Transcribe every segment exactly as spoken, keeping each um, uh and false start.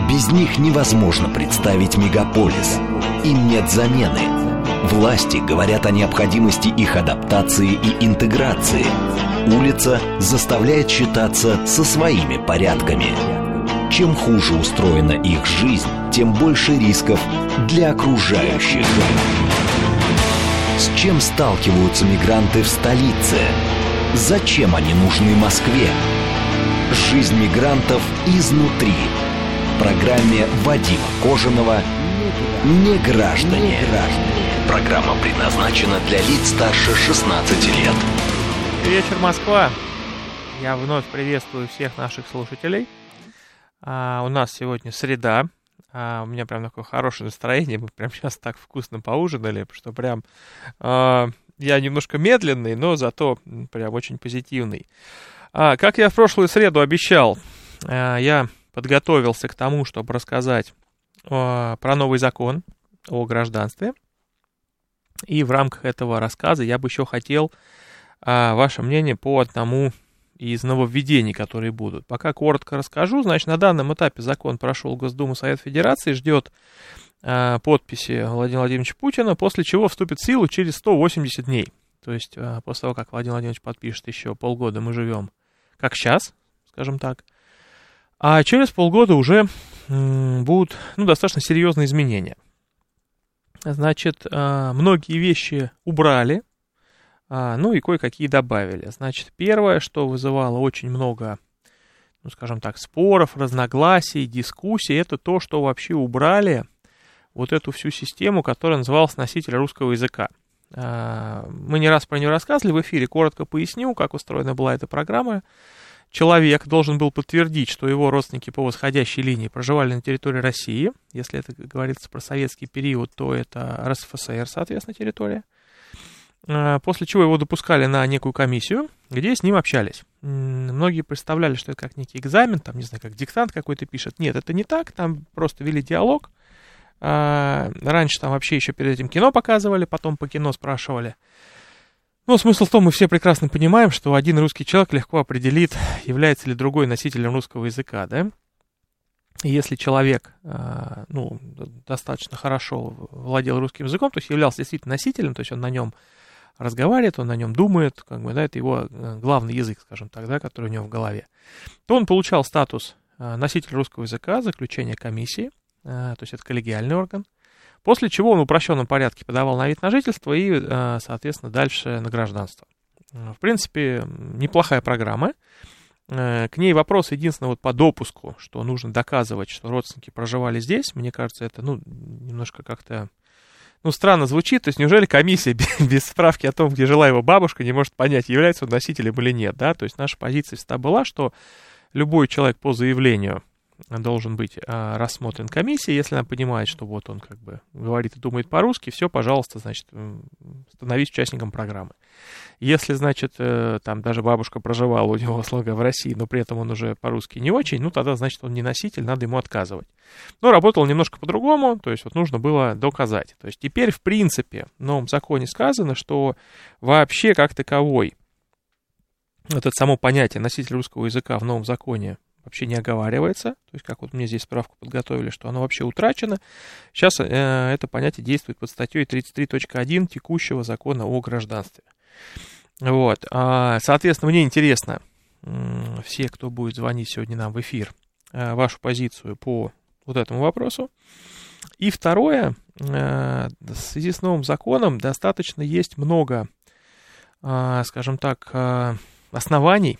Без них невозможно представить мегаполис. Им нет замены. Власти говорят о необходимости их адаптации и интеграции. Улица заставляет считаться со своими порядками. Чем хуже устроена их жизнь, тем больше рисков для окружающих. С чем сталкиваются мигранты в столице? Зачем они нужны Москве? Жизнь мигрантов изнутри. В программе Вадима Кожаного «Неграждане». Программа предназначена для лиц старше шестнадцати лет. Вечер, Москва. Я вновь приветствую всех наших слушателей. А, у нас сегодня среда. А, у меня прям такое хорошее настроение. Мы прям сейчас так вкусно поужинали, что прям а, я немножко медленный, но зато прям очень позитивный. А, как я в прошлую среду обещал, а, я подготовился к тому, чтобы рассказать а, про новый закон о гражданстве. И в рамках этого рассказа я бы еще хотел а, ваше мнение по одному из нововведений, которые будут. Пока коротко расскажу. Значит, на данном этапе закон прошел Госдуму Совет Федерации, ждет а, подписи Владимира Владимировича Путина, после чего вступит в силу через сто восемьдесят дней. То есть а, после того, как Владимир Владимирович подпишет, еще полгода мы живем как сейчас, скажем так. А через полгода уже м, будут ну, достаточно серьезные изменения. Значит, а, многие вещи убрали, а, ну и кое-какие добавили. Значит, первое, что вызывало очень много, ну, скажем так, споров, разногласий, дискуссий, это то, что вообще убрали вот эту всю систему, которая называлась носитель русского языка. А, мы не раз про нее рассказывали в эфире, коротко поясню, как устроена была эта программа. Человек должен был подтвердить, что его родственники по восходящей линии проживали на территории России. Если это говорится про советский период, то это эр эс эф эс эр, соответственно, территория. После чего его допускали на некую комиссию, где с ним общались. Многие представляли, что это как некий экзамен, там, не знаю, как диктант какой-то пишет. Нет, это не так, там просто вели диалог. Раньше там вообще еще перед этим кино показывали, потом по кино спрашивали. Ну, смысл в том, мы все прекрасно понимаем, что один русский человек легко определит, является ли другой носителем русского языка, да? И если человек, ну, достаточно хорошо владел русским языком, то есть являлся действительно носителем, то есть он на нем разговаривает, он на нем думает, как бы, да, это его главный язык, скажем так, да, который у него в голове, то он получал статус носителя русского языка, заключение комиссии, то есть это коллегиальный орган. После чего он в упрощенном порядке подавал на вид на жительство и, соответственно, дальше на гражданство. В принципе, неплохая программа. К ней вопрос единственное вот по допуску, что нужно доказывать, что родственники проживали здесь. Мне кажется, это ну, немножко как-то ну, странно звучит. То есть неужели комиссия без справки о том, где жила его бабушка, не может понять, является он носителем или нет? Да? То есть наша позиция всегда была, что любой человек по заявлению должен быть а, рассмотрен комиссией, если она понимает, что вот он как бы говорит и думает по-русски, все, пожалуйста, значит, становись участником программы. Если, значит, там даже бабушка проживала у него, условно, в России, но при этом он уже по-русски не очень, ну, тогда, значит, он не носитель, надо ему отказывать. Но работал немножко по-другому, то есть вот нужно было доказать. То есть теперь, в принципе, в новом законе сказано, что вообще как таковой вот это само понятие носитель русского языка в новом законе вообще не оговаривается, то есть как вот мне здесь справку подготовили, что оно вообще утрачено. Сейчас э, это понятие действует под статьей тридцать три точка один текущего закона о гражданстве. Вот. А, соответственно, мне интересно, э, все, кто будет звонить сегодня нам в эфир, э, вашу позицию по вот этому вопросу. И второе, э, в связи с новым законом достаточно есть много, э, скажем так, э, оснований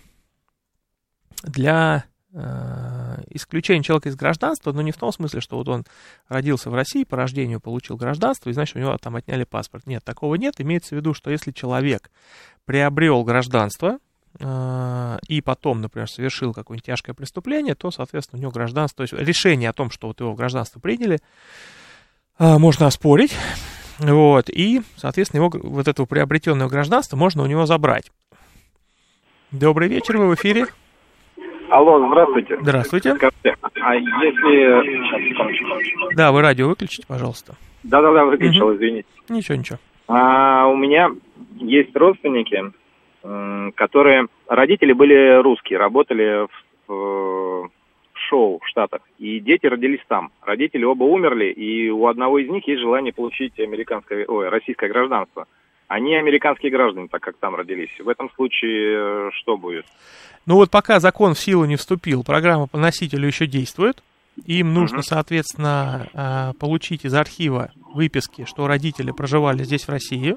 для исключение человека из гражданства, но не в том смысле, что вот он родился в России, по рождению получил гражданство, и значит, у него там отняли паспорт. Нет, такого нет. Имеется в виду, что если человек приобрел гражданство э, и потом, например, совершил какое-нибудь тяжкое преступление, то, соответственно, у него гражданство, то есть решение о том, что вот его гражданство приняли, э, можно оспорить, вот, и, соответственно, его, вот этого приобретенного гражданства можно у него забрать. Добрый вечер, вы в эфире. Алло, здравствуйте. Здравствуйте. Скажите, а если... Сейчас, секундочку. Да, вы радио выключите, пожалуйста. Да-да-да, выключил, угу. Извините. Ничего, ничего. А, у меня есть родственники, которые... Родители были русские, работали в, в шоу в Штатах, и дети родились там. Родители оба умерли, и у одного из них есть желание получить американское, ой, российское гражданство. Они американские граждане, так как там родились. В этом случае что будет? Ну вот пока закон в силу не вступил, программа по носителю еще действует. Им нужно, uh-huh. соответственно, получить из архива выписки, что родители проживали здесь, в России.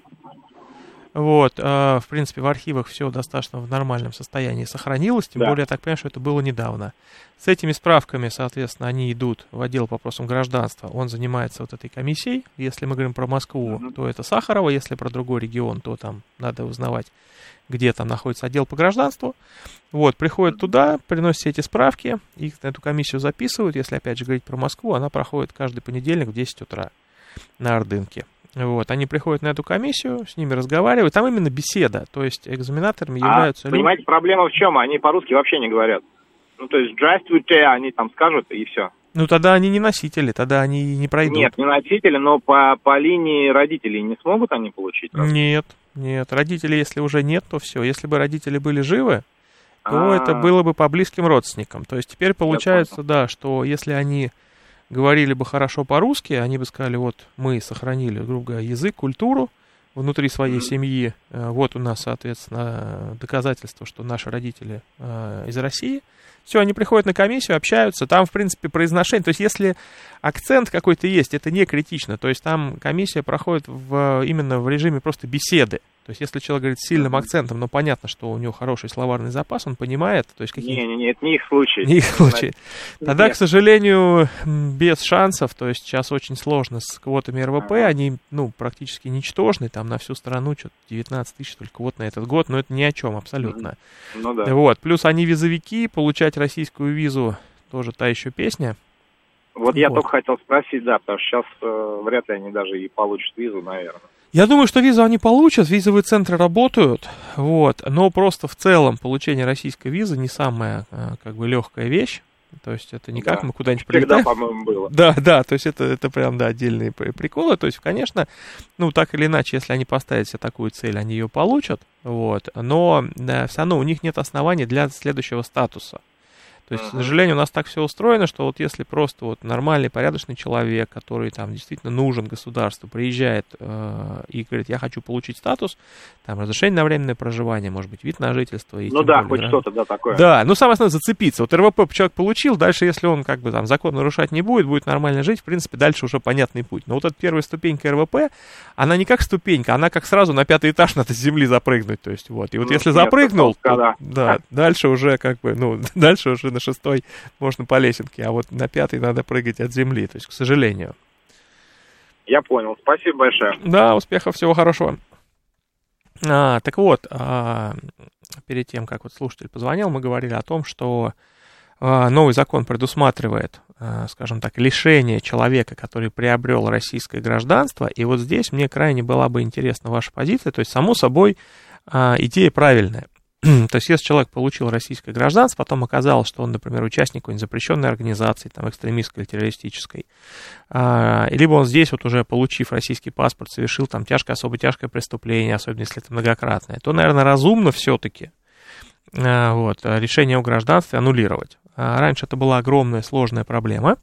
Вот, в принципе, в архивах все достаточно в нормальном состоянии сохранилось, тем да. более, я так понимаю, что это было недавно. С этими справками, соответственно, они идут в отдел по вопросам гражданства, он занимается вот этой комиссией. Если мы говорим про Москву, uh-huh. то это Сахарова, если про другой регион, то там надо узнавать, где там находится отдел по гражданству. Вот, приходят туда, приносят все эти справки, их на эту комиссию записывают. Если, опять же, говорить про Москву, она проходит каждый понедельник в десять утра на Ордынке. Вот, они приходят на эту комиссию, с ними разговаривают, там именно беседа, то есть экзаменаторами а, являются люди... Понимаете, проблема в чем? Они по-русски вообще не говорят. Ну, то есть, здравствуйте, они там скажут, и все. Ну, тогда они не носители, тогда они не пройдут. Нет, не носители, но по, по линии родителей не смогут они получить? Разве? Нет, нет, родителей, если уже нет, то все. Если бы родители были живы, то А-а-а. это было бы по близким родственникам. То есть, теперь получается, да, что если они... говорили бы хорошо по-русски, они бы сказали, вот мы сохранили, грубо говоря, язык, культуру внутри своей mm-hmm. семьи. Вот у нас, соответственно, доказательство, что наши родители э, из России. Все, они приходят на комиссию, общаются. Там, в принципе, произношение. То есть, если акцент какой-то есть, это не критично. То есть, там комиссия проходит в, именно в режиме просто беседы. То есть, если человек говорит с сильным акцентом, но понятно, что у него хороший словарный запас, он понимает, то есть какие... Не-не-не, это не их случай. Не их случай. Тогда, к сожалению, без шансов, то есть сейчас очень сложно с квотами эр вэ пэ, они, ну, практически ничтожны, там на всю страну что-то девятнадцать тысяч только квот на этот год, но это ни о чем абсолютно. Ну да. Вот, плюс они визовики, получать российскую визу тоже та еще песня. Вот, вот. Я только хотел спросить, да, потому что сейчас э, вряд ли они даже и получат визу, наверное. Я думаю, что визу они получат, визовые центры работают, вот, но просто в целом получение российской визы не самая, как бы, легкая вещь, то есть это не как да. мы куда-нибудь прилетаем. Всегда, по-моему, было. Да, да, то есть это, это прям, да, отдельные приколы, то есть, конечно, ну, так или иначе, если они поставят себе такую цель, они ее получат, вот, но да, все равно у них нет оснований для следующего статуса. То есть, к сожалению, у нас так все устроено, что вот если просто вот нормальный, порядочный человек, который там действительно нужен государству, приезжает э, и говорит, я хочу получить статус, там, разрешение на временное проживание, может быть, вид на жительство. И ну да, более, хоть да, что-то, да, такое. Да, ну самое основное зацепиться. Вот эр вэ пэ человек получил, дальше, если он как бы там закон нарушать не будет, будет нормально жить, в принципе, дальше уже понятный путь. Но вот эта первая ступенька эр вэ пэ, она не как ступенька, она как сразу на пятый этаж надо с земли запрыгнуть. То есть вот, и вот ну, если нет, запрыгнул, то, да, да, дальше уже как бы, ну, дальше уже на шестой можно по лесенке, а вот на пятый надо прыгать от земли, то есть, к сожалению. Я понял, спасибо большое. Да, успехов, всего хорошего. А, так вот, а, перед тем, как вот слушатель позвонил, мы говорили о том, что а, новый закон предусматривает, а, скажем так, лишение человека, который приобрел российское гражданство, и вот здесь мне крайне была бы интересна ваша позиция, то есть, само собой, а, идея правильная. То есть, если человек получил российское гражданство, потом оказалось, что он, например, участник какой-нибудь запрещенной организации, там, экстремистской или террористической, а, либо он здесь, вот уже получив российский паспорт, совершил там тяжкое, особо тяжкое преступление, особенно если это многократное, то, наверное, разумно все-таки а, вот, решение о гражданстве аннулировать. А раньше это была огромная сложная проблема,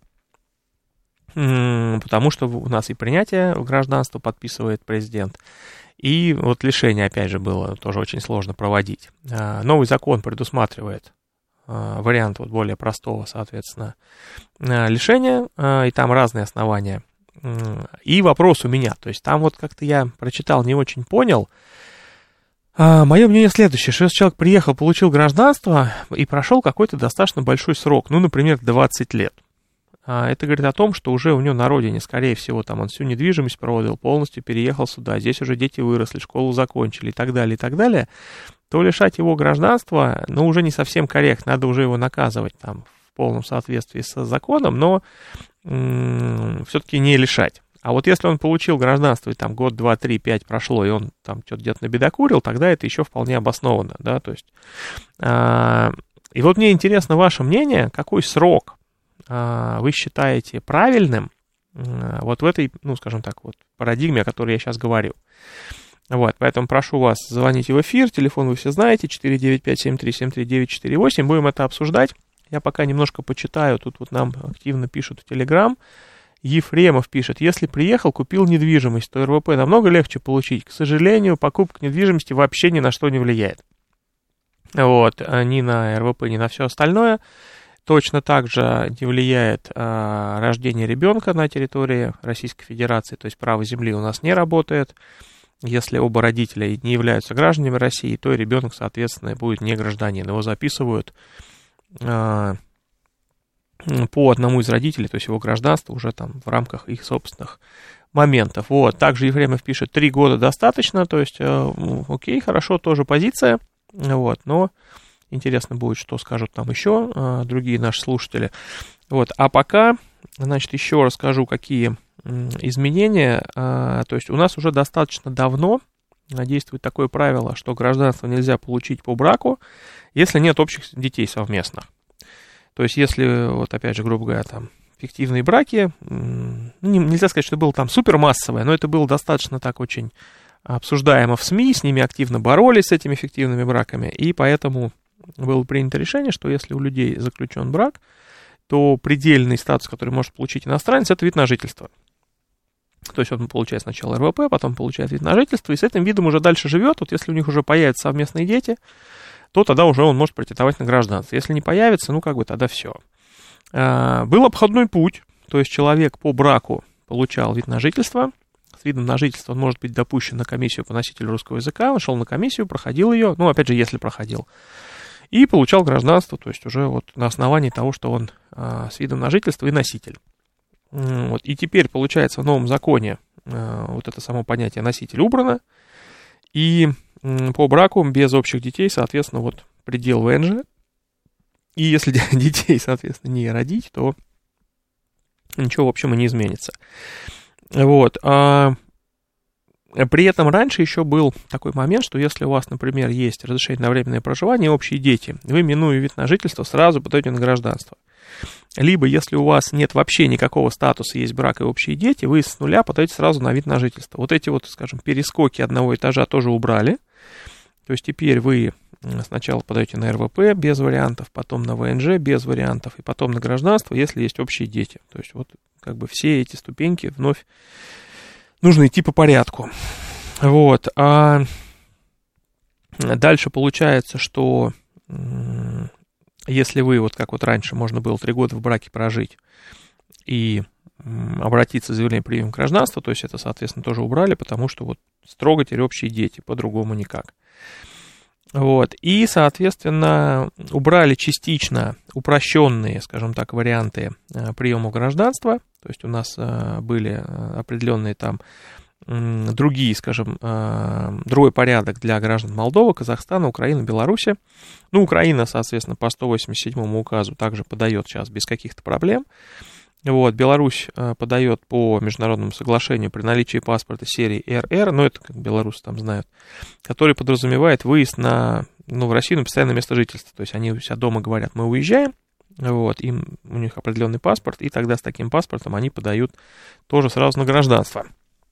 потому что у нас и принятие гражданства подписывает президент, и вот лишение, опять же, было тоже очень сложно проводить. Новый закон предусматривает вариант вот более простого, соответственно, лишения, и там разные основания. И вопрос у меня, то есть там вот как-то я прочитал, не очень понял. Мое мнение следующее, что если человек приехал, получил гражданство и прошел какой-то достаточно большой срок, ну, например, двадцать лет. Это говорит о том, что уже у него на родине, скорее всего, там он всю недвижимость продал, полностью переехал сюда, здесь уже дети выросли, школу закончили и так далее, и так далее, то лишать его гражданства, ну, уже не совсем корректно, надо уже его наказывать там в полном соответствии с законом, но м- все-таки не лишать. А вот если он получил гражданство, и там год, два, три, пять прошло, и он там что-то где-то набедокурил, тогда это еще вполне обоснованно, да, то есть... А- и вот мне интересно ваше мнение, какой срок вы считаете правильным вот в этой, ну, скажем так, вот парадигме, о которой я сейчас говорю. Вот, поэтому прошу вас, звоните в эфир, телефон вы все знаете, четыре девять пять семь три семь три девять четыре восемь, будем это обсуждать. Я пока немножко почитаю, тут вот нам активно пишут в Телеграм. Ефремов пишет, если приехал, купил недвижимость, то эр вэ пэ намного легче получить. К сожалению, покупка недвижимости вообще ни на что не влияет. Вот, ни на эр вэ пэ, ни на все остальное. Точно так же не влияет а, рождение ребенка на территории Российской Федерации, то есть право земли у нас не работает. Если оба родителя не являются гражданами России, то и ребенок, соответственно, будет не гражданин. Его записывают а, по одному из родителей, то есть его гражданство уже там в рамках их собственных моментов. Вот. Также Ефремов пишет, три года достаточно, то есть, э, окей, хорошо, тоже позиция, вот, но интересно будет, что скажут там еще э, другие наши слушатели. Вот. А пока, значит, еще расскажу, какие э, изменения, э, то есть у нас уже достаточно давно действует такое правило, что гражданство нельзя получить по браку, если нет общих детей совместных. То есть, если, вот опять же, грубо говоря, там, фиктивные браки, ну, нельзя сказать, что это было там супер массовое, но это было достаточно так очень обсуждаемо в СМИ, с ними активно боролись, с этими фиктивными браками, и поэтому было принято решение, что если у людей заключен брак, то предельный статус, который может получить иностранец, это вид на жительство. То есть он получает сначала эр вэ пэ, потом получает вид на жительство, и с этим видом уже дальше живет. Вот если у них уже появятся совместные дети, то тогда уже он может претендовать на гражданство. Если не появится, ну, как бы тогда все. Был обходной путь, то есть человек по браку получал вид на жительство. С видом на жительство он может быть допущен на комиссию по носителю русского языка, он шел на комиссию, проходил ее, ну, опять же, если проходил, и получал гражданство, то есть уже вот на основании того, что он с видом на жительство и носитель. Вот. И теперь, получается, в новом законе вот это само понятие носитель убрано, и по браку без общих детей, соответственно, вот предел вэ эн жэ. И если детей, соответственно, не родить, то ничего, в общем, и не изменится. Вот. А при этом раньше еще был такой момент, что если у вас, например, есть разрешение на временное проживание и общие дети, вы, минуя вид на жительство, сразу подаете на гражданство. Либо, если у вас нет вообще никакого статуса, есть брак и общие дети, вы с нуля подаете сразу на вид на жительство. Вот эти вот, скажем, перескоки одного этажа тоже убрали. То есть теперь вы сначала подаете на эр вэ пэ без вариантов, потом на вэ эн жэ без вариантов, и потом на гражданство, если есть общие дети. То есть вот как бы все эти ступеньки вновь нужно идти по порядку. Вот. А дальше получается, что если вы, вот как вот раньше можно было три года в браке прожить и обратиться за заявлением приема гражданства, то есть это, соответственно, тоже убрали, потому что вот строго теперь общие дети, по-другому никак. Вот. И, соответственно, убрали частично упрощенные, скажем так, варианты приема гражданства, то есть у нас были определенные там другие, скажем, другой порядок для граждан Молдовы, Казахстана, Украины, Беларуси. Ну, Украина, соответственно, по сто восемьдесят седьмому указу также подает сейчас без каких-то проблем. Вот, Беларусь подает по международному соглашению при наличии паспорта серии эр эр, ну, это как белорусы там знают, который подразумевает выезд на, ну, в Россию на постоянное место жительства. То есть они у себя дома говорят, мы уезжаем, вот, им, у них определенный паспорт, и тогда с таким паспортом они подают тоже сразу на гражданство.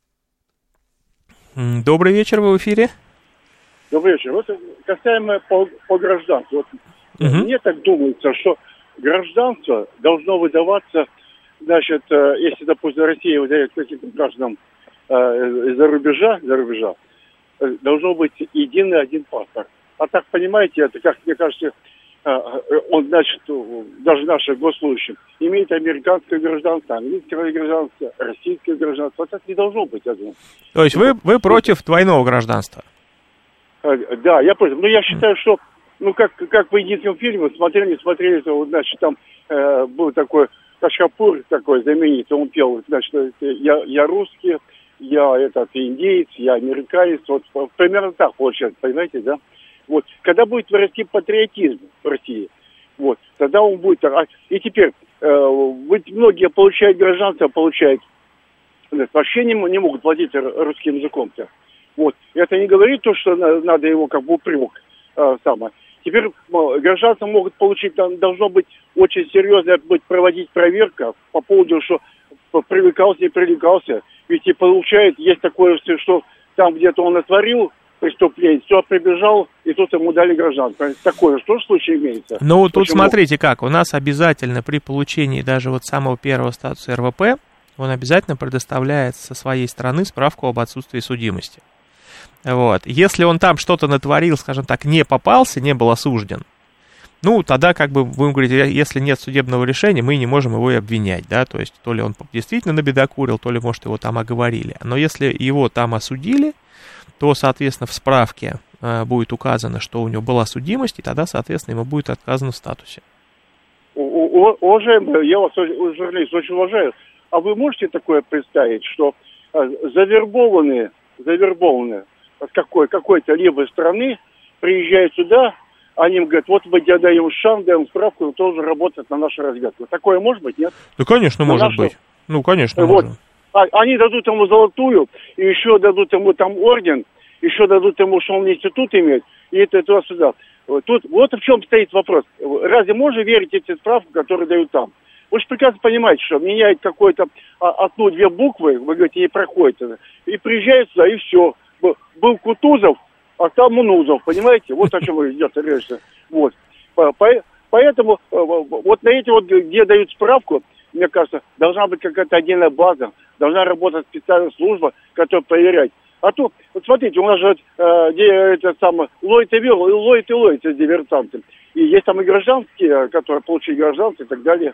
Добрый вечер, вы в эфире. Добрый вечер. Вот касаемо по, по гражданству. Вот угу. Мне так думается, что гражданство должно выдаваться, значит, если, допустим, Россия выдает каким-то гражданам э, из-за рубежа, за рубежа, должно быть единый один паспорт. А так, понимаете, это, как мне кажется, э, он, значит, даже наши госслужащие имеет американское гражданство, английское гражданство, российское гражданство. А так не должно быть, я думаю. То есть вы, вы против двойного гражданства? Да, я против. Но я считаю, что, ну, как, как в индийском фильме, смотрели, смотрели, то, значит, там э, был такой Кашкапур, такой знаменитый, он пел, значит, я, я русский, я этот индеец, я американец, вот примерно так получается, понимаете, да? Вот, когда будет расти патриотизм в России, вот, тогда он будет... И теперь, э, ведь многие получают гражданство, получают, вообще не, не могут владеть русским языком-то. Вот. Это не говорит то, что надо его как бы упрек. Э, самое. Теперь гражданство могут получить, там должно быть очень серьезно быть проводить проверка по поводу, что привлекался, не привлекался. Ведь и получает, есть такое, что там где-то он натворил преступление, то прибежал, и тут ему дали гражданство. Такое что в случае имеется? Ну, тут Почему? смотрите как, у нас обязательно при получении даже вот самого первого статуса эр вэ пэ, он обязательно предоставляет со своей стороны справку об отсутствии судимости. Вот. Если он там что-то натворил, скажем так, не попался, не был осужден, ну, тогда, как бы, будем говорить, если нет судебного решения, мы не можем его и обвинять, да, то есть, то ли он действительно набедокурил, то ли, может, его там оговорили. Но если его там осудили, то, соответственно, в справке э, будет указано, что у него была судимость, и тогда, соответственно, ему будет отказано в статусе. Уважаемый, я вас, журналист, очень уважаю. А вы можете такое представить, что э, завербованные, завербованные от какой, какой-то либо страны приезжают сюда, они им говорят, вот мы тебе даем шанс, даем справку, он должен работать на нашу разведку. Такое может быть, нет? Ну, конечно, на может нашу... быть. Ну, конечно, вот. может. А, они дадут ему золотую, и еще дадут ему там орден, еще дадут ему, что он институт имеет, и это туда-сюда. Тут вот в чем стоит вопрос. Разве можно верить эти справки, которые дают там? Вы же прекрасно понимаете, что меняют какое-то одну-две буквы, вы говорите, не проходит. И приезжают сюда, и все. Был Кутузов, а там Мунузов, понимаете? Вот о чем идет речь. Вот. Поэтому вот на эти вот, где дают справку, мне кажется, должна быть какая-то отдельная база, должна работать специальная служба, которая проверяет. А то, вот смотрите, у нас же э, где это самое, ловит и вел, и ловит и ловит эти диверсанты. И есть там и гражданские, которые получили гражданство и так далее.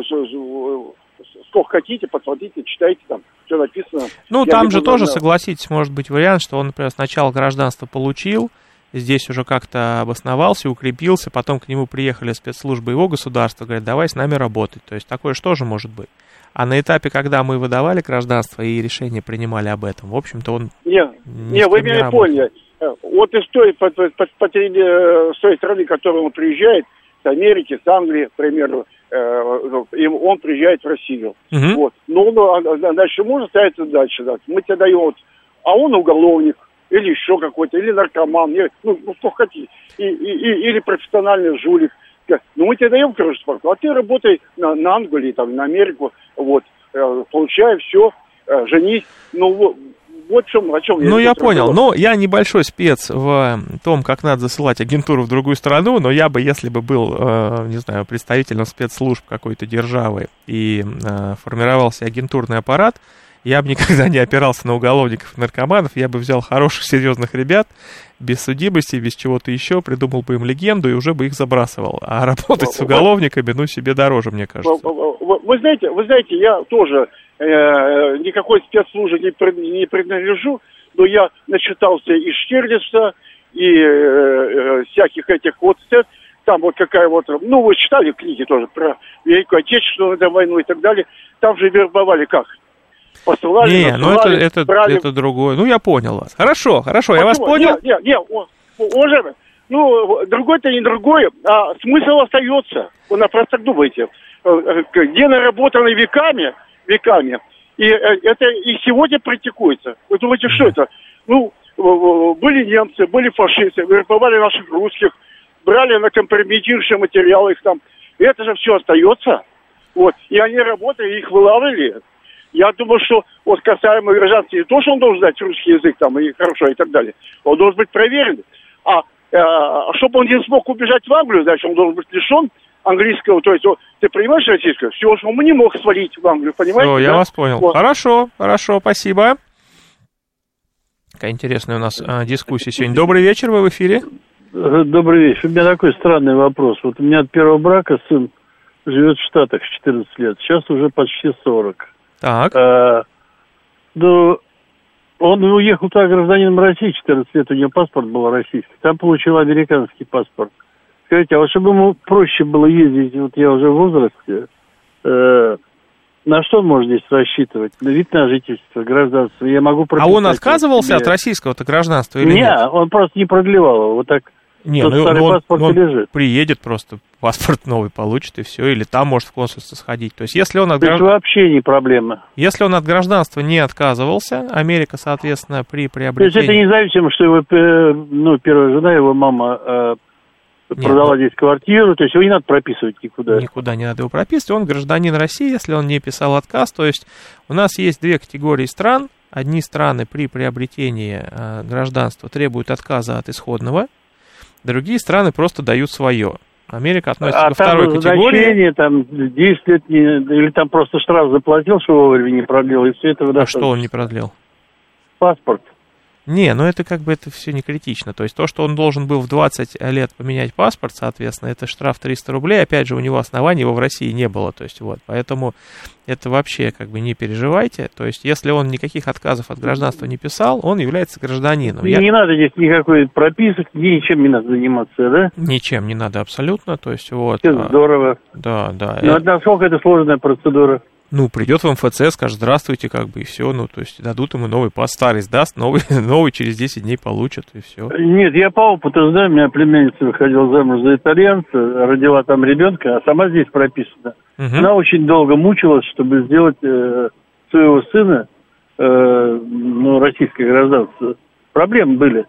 Сколько хотите, посмотрите, читайте там, все написано. Ну, Я там же тоже, знаю. согласитесь, может быть вариант, что он, например, сначала гражданство получил, здесь уже как-то обосновался, укрепился, потом к нему приехали спецслужбы его государства, говорят, давай с нами работать. То есть такое же тоже может быть. А на этапе, когда мы выдавали гражданство и решение принимали об этом, в общем-то, он не, не, не вы меня не поняли. Вот из той, по, по, по, по, с той страны, к которой он приезжает, с Америки, с Англии, к примеру, э, он приезжает в Россию. Угу. Вот. Ну, ну, дальше можно ставиться дальше. Да. Мы тебе даем, вот, а он уголовник, или еще какой-то, или наркоман, или, ну, ну, что хотите, и, и, и, или профессиональный жулик. Ну, мы тебе даем, короче, справку, а ты работай на, на Англию, там, на Америку, вот, э, получай все, э, женись, ну, вот, вот в чем, о чем я... Ну, я понял, но я небольшой спец в том, как надо засылать агентуру в другую страну, но я бы, если бы был, э, не знаю, представителем спецслужб какой-то державы и э, формировался агентурный аппарат, я бы никогда не опирался на уголовников и наркоманов, я бы взял хороших, серьезных ребят, без судимости, без чего-то еще, придумал бы им легенду и уже бы их забрасывал. А работать с уголовниками, ну, себе дороже, мне кажется. Вы, вы знаете, вы знаете, я тоже э, никакой спецслужбе не, не принадлежу, но я начитался и Штирлица, и э, э, всяких этих вот, там вот какая вот, ну, вы читали книги тоже про Великую Отечественную войну и так далее, там же вербовали как? Посылали, не, насылали, ну это, это, брали... это другое. Ну, я понял вас. Хорошо, хорошо, Почему? я вас понял. Нет, нет, нет, уважаемый, ну, другой-то не другой, а смысл остается. Вы просто так думаете. Где наработаны веками, веками, и это и сегодня практикуется. Вы думаете, что это? Ну, были немцы, были фашисты, вербовали наших русских, брали на компрометирующие материалы их там. И это же все остается. Вот. И они работали, их вылавливали. Я думаю, что вот касаемо гражданства, не то, что он должен знать русский язык там и хорошо и так далее, он должен быть проверен. А, а чтобы он не смог убежать в Англию, значит, он должен быть лишен английского, то есть, вот, ты понимаешь российского? Всего, что он не мог свалить в Англию, понимаете? Все, я да? вас понял. Вот. Хорошо, хорошо, спасибо. Какая интересная у нас а, дискуссия сегодня. Добрый вечер, вы в эфире. Добрый вечер. У меня такой странный вопрос. Вот у меня от первого брака сын живет в Штатах четырнадцать лет, сейчас уже почти сорок. Так. А, ну, он уехал туда гражданином России, четырнадцать лет, у него паспорт был российский, там получил американский паспорт. Скажите, а вот чтобы ему проще было ездить, вот я уже в возрасте, э, на что он может здесь рассчитывать? На вид на жительство, гражданство? Я могу прописать. А он отказывался себе... от российского-то гражданства или нет? Нет, он просто не продлевал его, вот так. Не, тот ну, старый ну, паспорт он, и лежит. Приедет просто, паспорт новый получит и все, или там может в консульство сходить. То есть, если он от граждан... вообще не проблема. Если он от гражданства не отказывался, Америка, соответственно, при приобретении... То есть, это независимо, что его, ну, первая жена, его мама э, продала Нет, здесь квартиру, то есть, его не надо прописывать никуда. Никуда не надо его прописывать, он гражданин России, если он не писал отказ. То есть, у нас есть две категории стран, Одни страны при приобретении э, гражданства требуют отказа от исходного, другие страны просто дают свое. Америка относится а ко второй категории. Там десять лет не, или там просто штраф заплатил, что вовремя не продлил, и все это А достаточно. что он не продлил? Паспорт. Не, ну это как бы это все не критично. То есть то, что он должен был в двадцать лет поменять паспорт, соответственно, это штраф триста рублей. Опять же, у него оснований его в России не было. То есть вот, поэтому это вообще как бы не переживайте. То есть если он никаких отказов от гражданства не писал, он является гражданином. И Я... не надо здесь никакой прописок, ничем не надо заниматься, да? Ничем не надо абсолютно. То есть вот. Это здорово. Да, да. Но это... насколько это сложная процедура? Ну, придет в эм эф цэ, скажет здравствуйте, как бы, и все, ну, то есть дадут ему новый пас, старый сдаст, новый, новый через десять дней получат, и все. Нет, я по опыту знаю, у меня племянница выходила замуж за итальянца, родила там ребенка, а сама здесь прописана. Угу. Она очень долго мучилась, чтобы сделать э, своего сына, э, ну, российское гражданство. Проблемы были.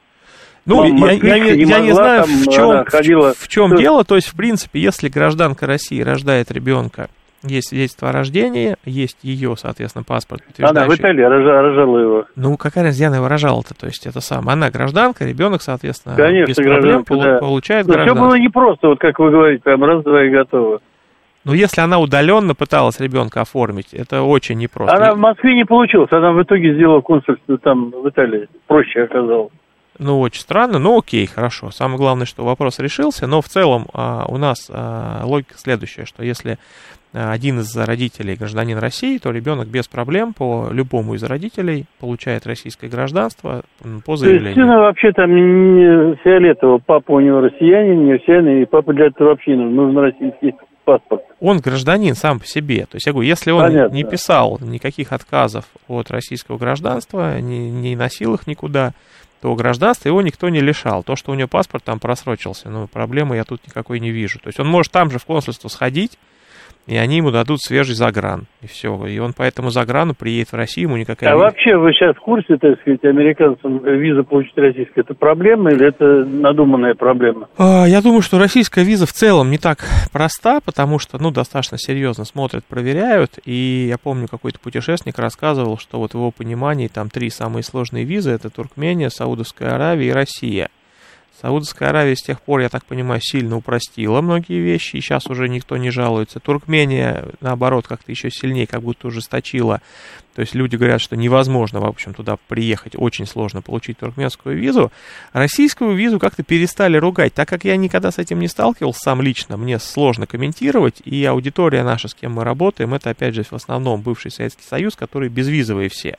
Ну, я, я, я, не, я не знаю, там, в чем, ходила... в чем дело, то есть, в принципе, если гражданка России рождает ребенка, есть свидетельство о рождении, есть ее, соответственно, паспорт, подтверждающий... Она в Италии рожала, рожала его. Ну, какая разница, она его рожала-то, то есть это самое. Она гражданка, ребенок, соответственно, конечно, без проблем да. получает Но гражданство. все было непросто, вот как вы говорите, прям раз-два и готово. Ну, если она удаленно пыталась ребенка оформить, это очень непросто. Она в Москве не получилась, она в итоге сделала консульство там, в Италии, проще оказалось. Ну, очень странно, но окей, хорошо. Самое главное, что вопрос решился, но в целом а, у нас а, логика следующая, что если один из родителей гражданин России, то ребенок без проблем по любому из родителей получает российское гражданство по заявлению. То есть сына вообще там не фиолетово, папа у него россиянин, не россиянин, и папа для этого вообще нужен, нужен российский паспорт. Он гражданин сам по себе. То есть я говорю, если он Понятно. не писал никаких отказов от российского гражданства, не, не носил их никуда, то гражданства его никто не лишал. То, что у него паспорт там просрочился, ну, проблемы я тут никакой не вижу. То есть он может там же в консульство сходить, и они ему дадут свежий загран, и все. И он по этому заграну приедет в Россию, ему никакая... А вообще вы сейчас в курсе, так сказать, американцам виза получить российская, это проблема или это надуманная проблема? Я думаю, что российская виза в целом не так проста, потому что, ну, достаточно серьезно смотрят, проверяют, и я помню, какой-то путешественник рассказывал, что вот в его понимании там три самые сложные визы, это Туркмения, Саудовская Аравия и Россия. Саудовская Аравия с тех пор, я так понимаю, сильно упростила многие вещи, и сейчас уже никто не жалуется. Туркмения, наоборот, как-то еще сильнее, как будто ужесточила. То есть люди говорят, что невозможно, в общем, туда приехать, очень сложно получить туркменскую визу. Российскую визу как-то перестали ругать. Так как я никогда с этим не сталкивался сам лично, мне сложно комментировать, и аудитория наша, с кем мы работаем, это, опять же, в основном бывший Советский Союз, которые безвизовые все.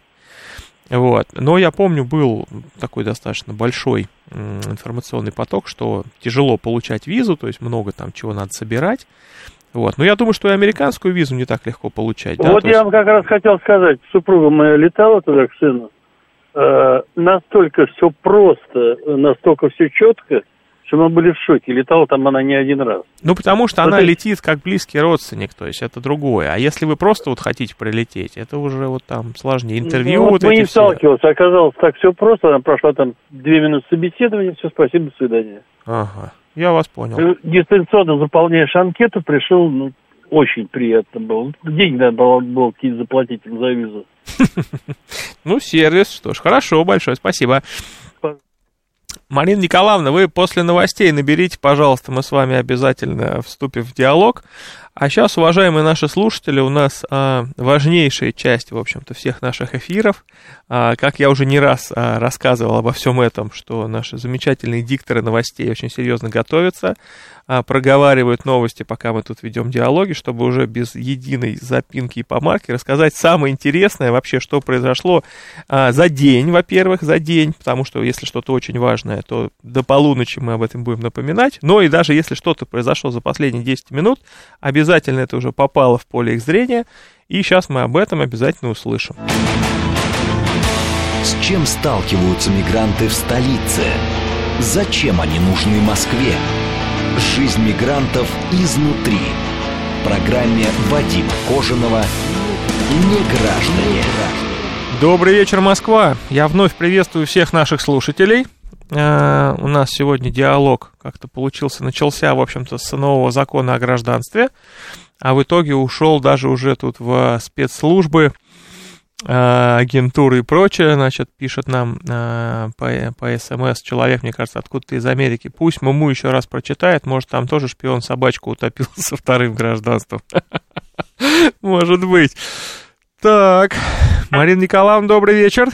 Вот. Но я помню, был такой достаточно большой м, информационный поток, что тяжело получать визу, то есть много там чего надо собирать. Вот. Но я думаю, что и американскую визу не так легко получать. Да? Вот То я есть... вам как раз хотел сказать, супруга моя летала туда к сыну, э, настолько все просто, настолько все четко, что мы были в шоке. Летала там она не один раз. Ну, потому что вот она это... летит как близкий родственник, то есть это другое. А если вы просто вот хотите прилететь, это уже вот там сложнее. Интервью ну, вот, вот мы эти не все. сталкивались, оказалось так все просто. Она прошла там две минуты собеседования, все, спасибо, до свидания. Ага, я вас понял. Дистанционно заполняешь анкету, пришел, ну, очень приятно было. Деньги надо было, было какие-то заплатить им за визу. Ну, сервис, что ж, хорошо, большое спасибо. Марина Николаевна, вы после новостей наберите, пожалуйста, мы с вами обязательно вступим в диалог. А сейчас, уважаемые наши слушатели, у нас а, важнейшая часть, в общем-то, всех наших эфиров. А, как я уже не раз а, рассказывал обо всем этом, что наши замечательные дикторы новостей очень серьезно готовятся, а, проговаривают новости, пока мы тут ведем диалоги, чтобы уже без единой запинки и помарки рассказать самое интересное вообще, что произошло а, за день, во-первых, за день, потому что если что-то очень важное, то до полуночи мы об этом будем напоминать. Но и даже если что-то произошло за последние десять минут, обязательно Обязательно это уже попало в поле их зрения, и сейчас мы об этом обязательно услышим. С чем сталкиваются мигранты в столице? Зачем они нужны Москве? Жизнь мигрантов изнутри. В программе Вадима Кожаного «Неграждане». Добрый вечер, Москва! Я вновь приветствую всех наших слушателей. Uh, у нас сегодня диалог как-то получился, начался, в общем-то, с нового закона о гражданстве, а в итоге ушел даже уже тут в спецслужбы агентуры и прочее, значит, пишет нам э, по, по СМС человек, мне кажется, откуда-то из Америки. Пусть Муму еще раз прочитает, может, там тоже шпион собачку утопил со вторым гражданством. Может быть. Так, Марина Николаевна, добрый вечер.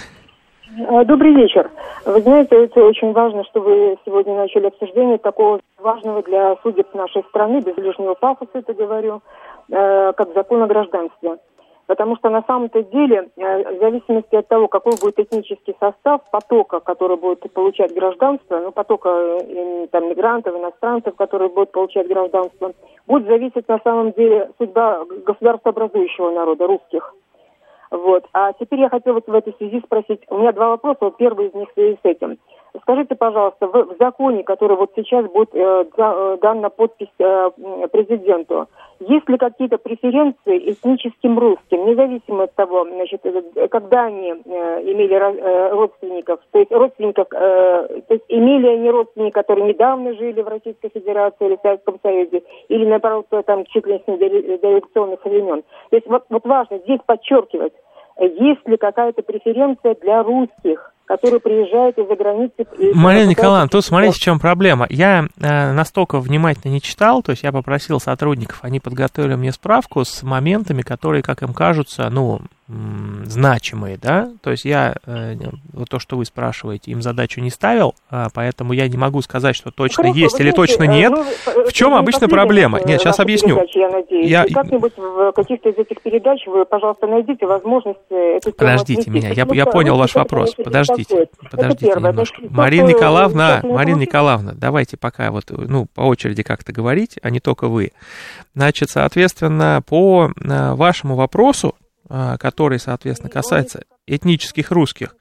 Добрый вечер. Вы знаете, это очень важно, что вы сегодня начали обсуждение такого важного для судеб нашей страны, без лишнего пафоса это говорю, э, как закон о гражданстве. Потому что на самом-то деле, в зависимости от того, какой будет этнический состав потока, который будет получать гражданство, ну, потока там, мигрантов, иностранцев, которые будут получать гражданство, будет зависеть на самом деле судьба государствообразующего народа, русских. Вот. А теперь я хотела в этой связи спросить, у меня два вопроса, вот первый из них в связи с этим. Скажите, пожалуйста, в, в законе, который вот сейчас будет э, да, дан на подпись э, президенту, есть ли какие-то преференции этническим русским, независимо от того, значит, когда они э, имели э, родственников, то есть родственников, э, то есть имели они родственников, которые недавно жили в Российской Федерации или в Советском Союзе, или, наоборот, там чуть ли не до революционных времен. То есть вот, вот важно здесь подчеркивать, есть ли какая-то преференция для русских, которые приезжают из-за границы. Марина Николаевна, тут смотрите, в чем проблема. Я э, настолько внимательно не читал, то есть я попросил сотрудников, они подготовили мне справку с моментами, которые, как им кажутся, ну, м- значимые, да, то есть я, э, вот то, что вы спрашиваете, им задачу не ставил, э, поэтому я не могу сказать, что точно Хорошо, есть или знаете, точно нет. Вы, в чем обычно проблема? Нет, сейчас объясню. Передачи, я надеюсь. Я... Как-нибудь в каких-то из этих передач вы, пожалуйста, найдите возможность эту тему Подождите отвести, меня, я, я понял ваш вопрос, подождите. Подождите, подождите немножко. Это, Марина Николаевна, Марина Николаевна, давайте пока вот, ну, по очереди как-то говорить, а не только вы. Значит, соответственно, по вашему вопросу, который, соответственно, касается этнических русских,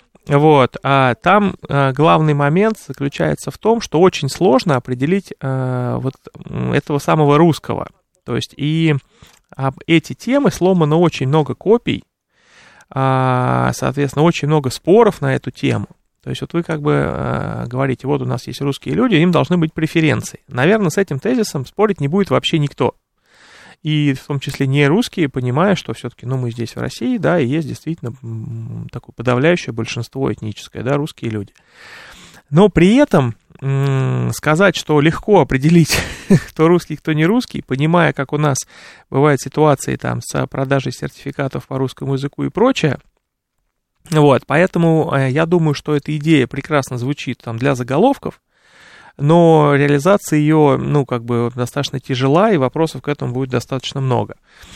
вот, а там главный момент заключается в том, что очень сложно определить вот этого самого русского. То есть и об эти темы сломано очень много копий, соответственно, очень много споров на эту тему. То есть вот вы как бы э, говорите, вот у нас есть русские люди, им должны быть преференции. Наверное, с этим тезисом спорить не будет вообще никто. И в том числе не русские, понимая, что все-таки, ну, мы здесь в России, да, и есть действительно такое подавляющее большинство этническое, да, русские люди. Но при этом м- сказать, что легко определить, кто русский, кто не русский, понимая, как у нас бывают ситуации там с продажей сертификатов по русскому языку и прочее, вот, поэтому э, я думаю, что эта идея прекрасно звучит там для заголовков, но реализация ее, ну, как бы достаточно тяжела, и вопросов к этому будет достаточно много.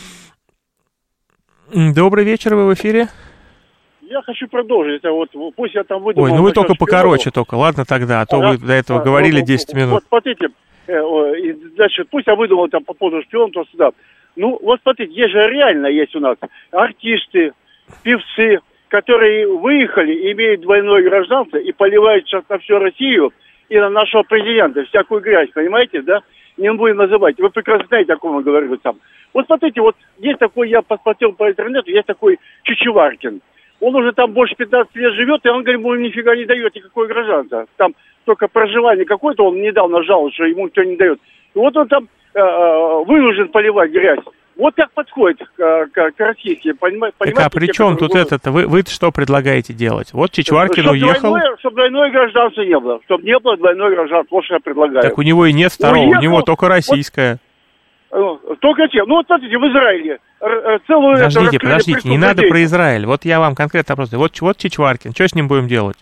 Добрый вечер, вы в эфире. Я хочу продолжить. Это вот, пусть я там выдумал... Ой, ну вы только покороче шпионов. Только, ладно тогда, а то а, вы до этого а, говорили ну, десять минут. Вот смотрите, э, значит, пусть я выдумал там по поводу шпионов, то сюда. Ну, вот смотрите, есть же реально есть у нас артисты, певцы, которые выехали, имеют двойное гражданство и поливают сейчас на всю Россию и на нашего президента всякую грязь, понимаете, да? Не будем называть. Вы прекрасно знаете, о ком я говорю сам. Вот смотрите, вот есть такой, я посмотрел по интернету, есть такой Чичеваркин. Он уже там больше пятнадцати лет живет, и он говорит, ему нифига не дает никакое гражданство. Там только проживание какое-то, он недавно жаловался, что ему никто не дает. И вот он там э, вынужден поливать грязь. Вот так подходит к, к, к российским, понимаете? Так а при чем тут это-то? Вы, вы что предлагаете делать? Вот Чичваркин чтоб уехал. Двойное, чтобы двойное гражданство не было. Чтобы не было двойное гражданство, вот что я предлагаю. Так у него и нет второго, уехал, у него только российское. Вот, только тем. Ну вот смотрите, в Израиле целую... Подождите, подождите, не надо про Израиль. Вот я вам конкретно вопрос. Вот, вот Чичваркин, что с ним будем делать?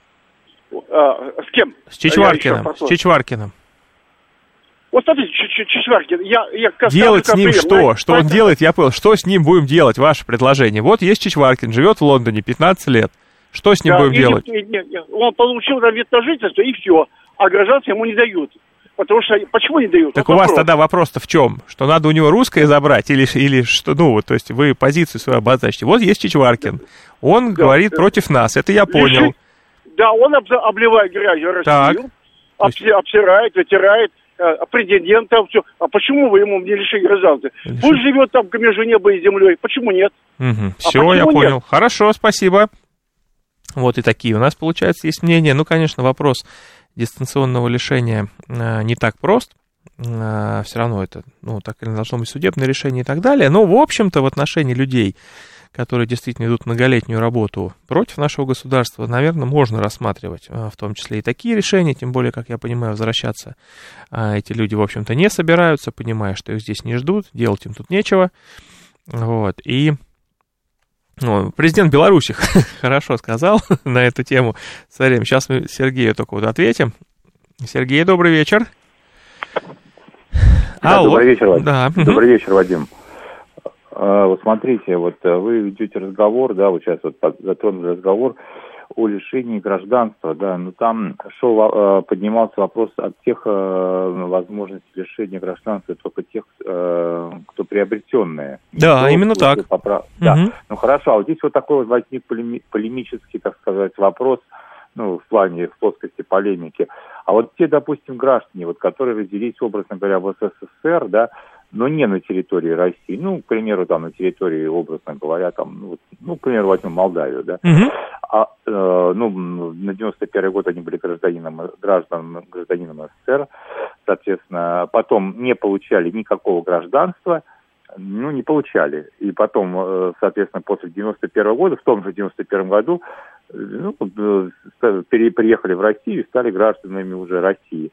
А, с кем? С Чичваркиным, с Чичваркиным. Вот смотрите, Чичваркин, я... я делать с ним пример, что? Знаете, что он поэтому... делает, я понял. Что с ним будем делать, ваше предложение? Вот есть Чичваркин, живет в Лондоне пятнадцать лет. Что с ним да, будем и, делать? И, и, и, он получил там вид на жительство, и все. А гражданство ему не дают. Потому что... Почему не дают? Так вот у вопрос. вас тогда вопрос-то в чем? Что надо у него русское забрать? Или, или что? Ну, то есть вы позицию свою обозначите. Вот есть Чичваркин. Он да, говорит да. против нас. Это я понял. Лежит, да, он обливает грязью Россию. Так. Есть... Обсирает, вытирает. Президента, все. А почему вы ему не лишили гражданства? Лиши. Пусть живет там между небом и землей. Почему нет? Угу. Все, а я понял. Нет? Хорошо, спасибо. Вот и такие у нас, получается, есть мнения. Ну, конечно, вопрос дистанционного лишения э, не так прост. Э, все равно это, ну, так или иначе должно быть судебное решение и так далее. Но, в общем-то, в отношении людей, которые действительно идут многолетнюю работу против нашего государства, наверное, можно рассматривать в том числе и такие решения, тем более, как я понимаю, возвращаться эти люди, в общем-то, не собираются, понимая, что их здесь не ждут, делать им тут нечего. Вот, и ну, президент Беларуси хорошо сказал на эту тему. Смотрим, сейчас мы Сергею только вот ответим. Сергей, добрый вечер. Да, Алло. Добрый вечер, Вадим. Да. Добрый вечер, Вадим. А, вот смотрите, вот вы ведете разговор, да, вот сейчас вот затронули разговор о лишении гражданства, да, но там шел, поднимался вопрос от тех возможностей лишения гражданства, только тех, кто приобретенные. Да, кто, именно кто, так. Кто попра... Угу. Да, ну хорошо, а вот здесь вот такой вот возник полемический, так сказать, вопрос, ну, в плане, в плоскости полемики. А вот те, допустим, граждане, вот, которые родились, образно говоря, в СССР, да, но не на территории России, ну, к примеру, там, на территории, образно говоря, там, ну, ну к примеру, возьмем Молдавию, да, Угу. а, э, ну, на девяносто первый год они были гражданином, граждан, гражданином СССР, соответственно, потом не получали никакого гражданства, ну, не получали, и потом, соответственно, после девяносто первого года, в том же девяносто первом году, ну, переехали в Россию и стали гражданами уже России.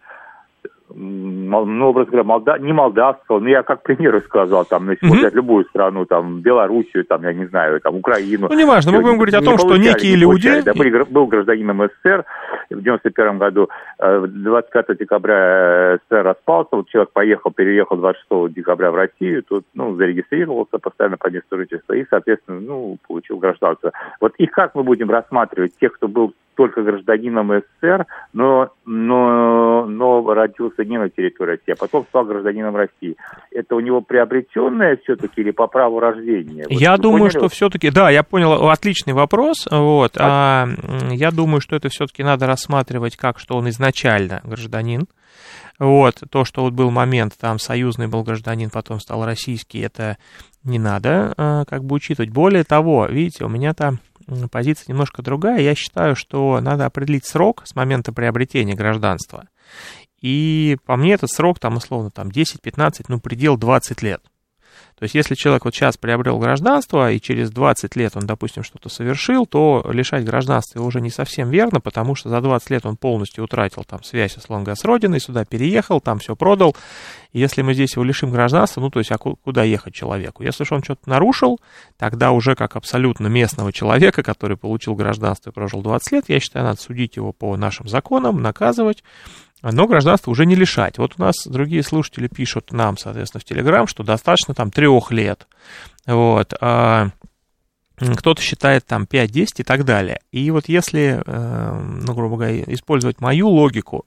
Ну, образно говоря, Молда... не молдавского, ну, я как пример сказал, там, если mm-hmm. взять любую страну, там, Белоруссию, там, я не знаю, там, Украину. Ну, неважно, мы будем говорить о том, что некие люди... Да, был, был гражданином СССР в девяносто первом году, двадцать пятого декабря СССР распался, вот человек поехал, переехал двадцать шестого декабря в Россию, тут, ну, зарегистрировался постоянно по месту жительства и, соответственно, ну, получил гражданство. Вот и как мы будем рассматривать тех, кто был только гражданином СССР, но, но, но родился не на территории России, а потом стал гражданином России. Это у него приобретенное все-таки или по праву рождения? Вот, я думаю, поняли? Что все-таки... Да, я понял, отличный вопрос. Вот. А, я думаю, что это все-таки надо рассматривать как, что он изначально гражданин. Вот. То, что вот был момент, там союзный был гражданин, потом стал российский, это не надо а, как бы учитывать. Более того, видите, у меня там позиция немножко другая. Я считаю, что надо определить срок с момента приобретения гражданства. И по мне этот срок, там, условно, там, десять-пятнадцать, ну, предел двадцать лет. То есть, если человек вот сейчас приобрел гражданство, и через двадцать лет он, допустим, что-то совершил, то лишать гражданства его уже не совсем верно, потому что за двадцать лет он полностью утратил там связь, условно говоря, с родиной, сюда переехал, там все продал. И если мы здесь его лишим гражданства, ну, то есть, а куда ехать человеку? Если же он что-то нарушил, тогда уже как абсолютно местного человека, который получил гражданство и прожил двадцать лет, я считаю, надо судить его по нашим законам, наказывать, но гражданство уже не лишать. Вот у нас другие слушатели пишут нам, соответственно, в Телеграм, что достаточно там трех лет. Вот. А кто-то считает там пять-десять и так далее. И вот если, ну, грубо говоря, использовать мою логику,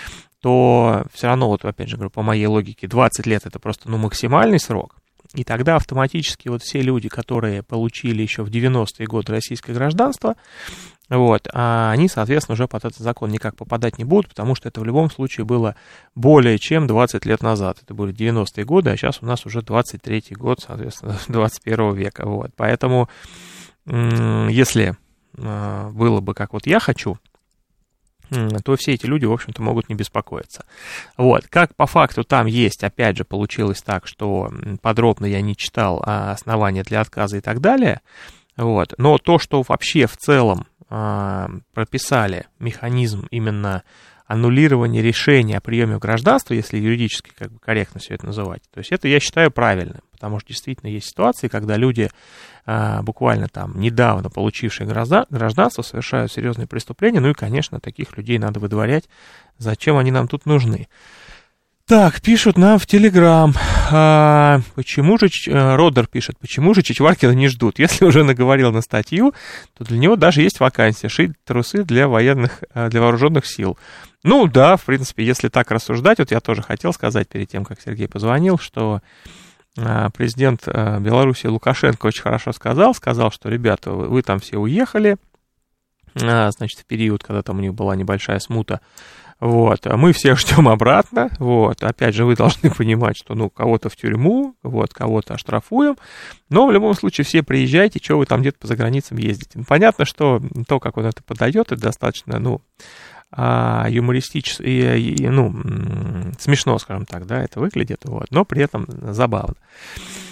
то все равно, вот опять же говорю, по моей логике, двадцать лет это просто, ну, максимальный срок. И тогда автоматически вот все люди, которые получили еще в девяностые годы российское гражданство, вот, а они, соответственно, уже под этот закон никак попадать не будут, потому что это в любом случае было более чем двадцать лет назад. Это были девяностые годы, а сейчас у нас уже двадцать третий год, соответственно, двадцать первого века. Вот. Поэтому, если было бы как вот я хочу, то все эти люди, в общем-то, могут не беспокоиться. Вот, как по факту там есть, опять же, получилось так, что подробно я не читал основания для отказа и так далее, вот, но то, что вообще в целом а, прописали механизм именно аннулирования решения о приеме гражданства, если юридически как бы корректно все это называть, то есть это я считаю правильным, потому что действительно есть ситуации, когда люди а, буквально там недавно получившие гражданство совершают серьезные преступления, ну и, конечно, таких людей надо выдворять, зачем они нам тут нужны. Так, пишут нам в Телеграм, а, почему же, Родер пишет, почему же Чичваркина не ждут? Если уже наговорил на статью, то для него даже есть вакансия, шить трусы для военных, для вооруженных сил. Ну да, в принципе, если так рассуждать, вот я тоже хотел сказать перед тем, как Сергей позвонил, что а, президент а, Беларуси Лукашенко очень хорошо сказал, сказал, что, ребята, вы, вы там все уехали, а, значит, в период, когда там у них была небольшая смута, вот, мы всех ждем обратно, вот, опять же, вы должны понимать, что, ну, кого-то в тюрьму, вот, кого-то оштрафуем, но в любом случае все приезжайте, что вы там где-то по заграницам ездите. Ну, понятно, что то, как он это подает, это достаточно, ну, юмористически, и, ну, смешно, скажем так, да, это выглядит, вот, но при этом забавно.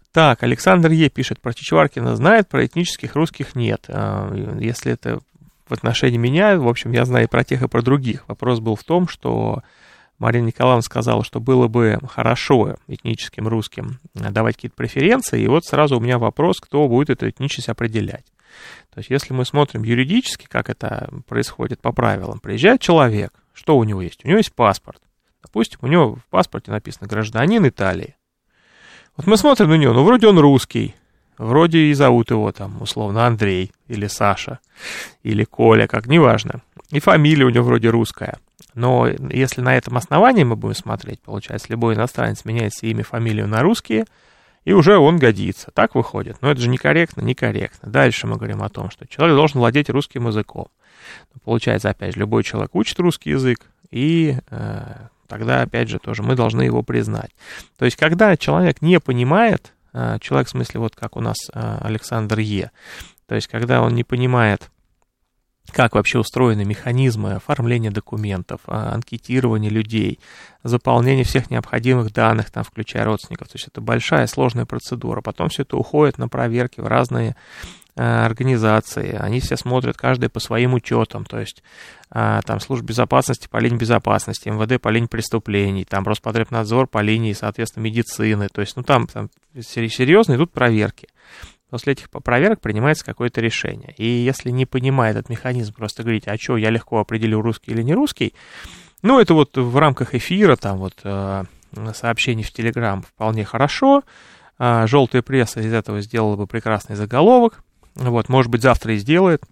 Так, Александр Е. пишет, про Чичваркина знает, про этнических русских нет. Если это в отношении меня, в общем, я знаю и про тех, и про других. Вопрос был в том, что Марина Николаевна сказала, что было бы хорошо этническим русским давать какие-то преференции, и вот сразу у меня вопрос, кто будет эту этничность определять. То есть, если мы смотрим юридически, как это происходит по правилам, приезжает человек, что у него есть? У него есть паспорт. Допустим, у него в паспорте написано «гражданин Италии». Вот мы смотрим на него, ну, вроде он русский, вроде и зовут его там, условно, Андрей, или Саша, или Коля, как, неважно. И фамилия у него вроде русская. Но если на этом основании мы будем смотреть, получается, любой иностранец меняет себе имя, фамилию на русские, и уже он годится. Так выходит. Но это же некорректно, некорректно. Дальше мы говорим о том, что человек должен владеть русским языком. Получается, опять же, любой человек учит русский язык, и э, тогда, опять же, тоже мы должны его признать. То есть, когда человек не понимает, э, человек, в смысле, вот как у нас э, Александр Е., то есть, когда он не понимает, как вообще устроены механизмы оформления документов, анкетирования людей, заполнения всех необходимых данных, там, включая родственников. То есть это большая сложная процедура. Потом все это уходит на проверки в разные э, организации. Они все смотрят, каждый по своим учетам. То есть э, там служба безопасности по линии безопасности, эм вэ дэ по линии преступлений, там Роспотребнадзор по линии, соответственно, медицины. То есть, ну, там, там серьезно идут проверки. После этих проверок принимается какое-то решение. И если не понимая этот механизм, просто говорить, а что, я легко определю, русский или не русский, ну, это вот в рамках эфира, там вот э, сообщений в Телеграм вполне хорошо. Э, желтая пресса из этого сделала бы прекрасный заголовок. Вот, может быть, завтра и сделает.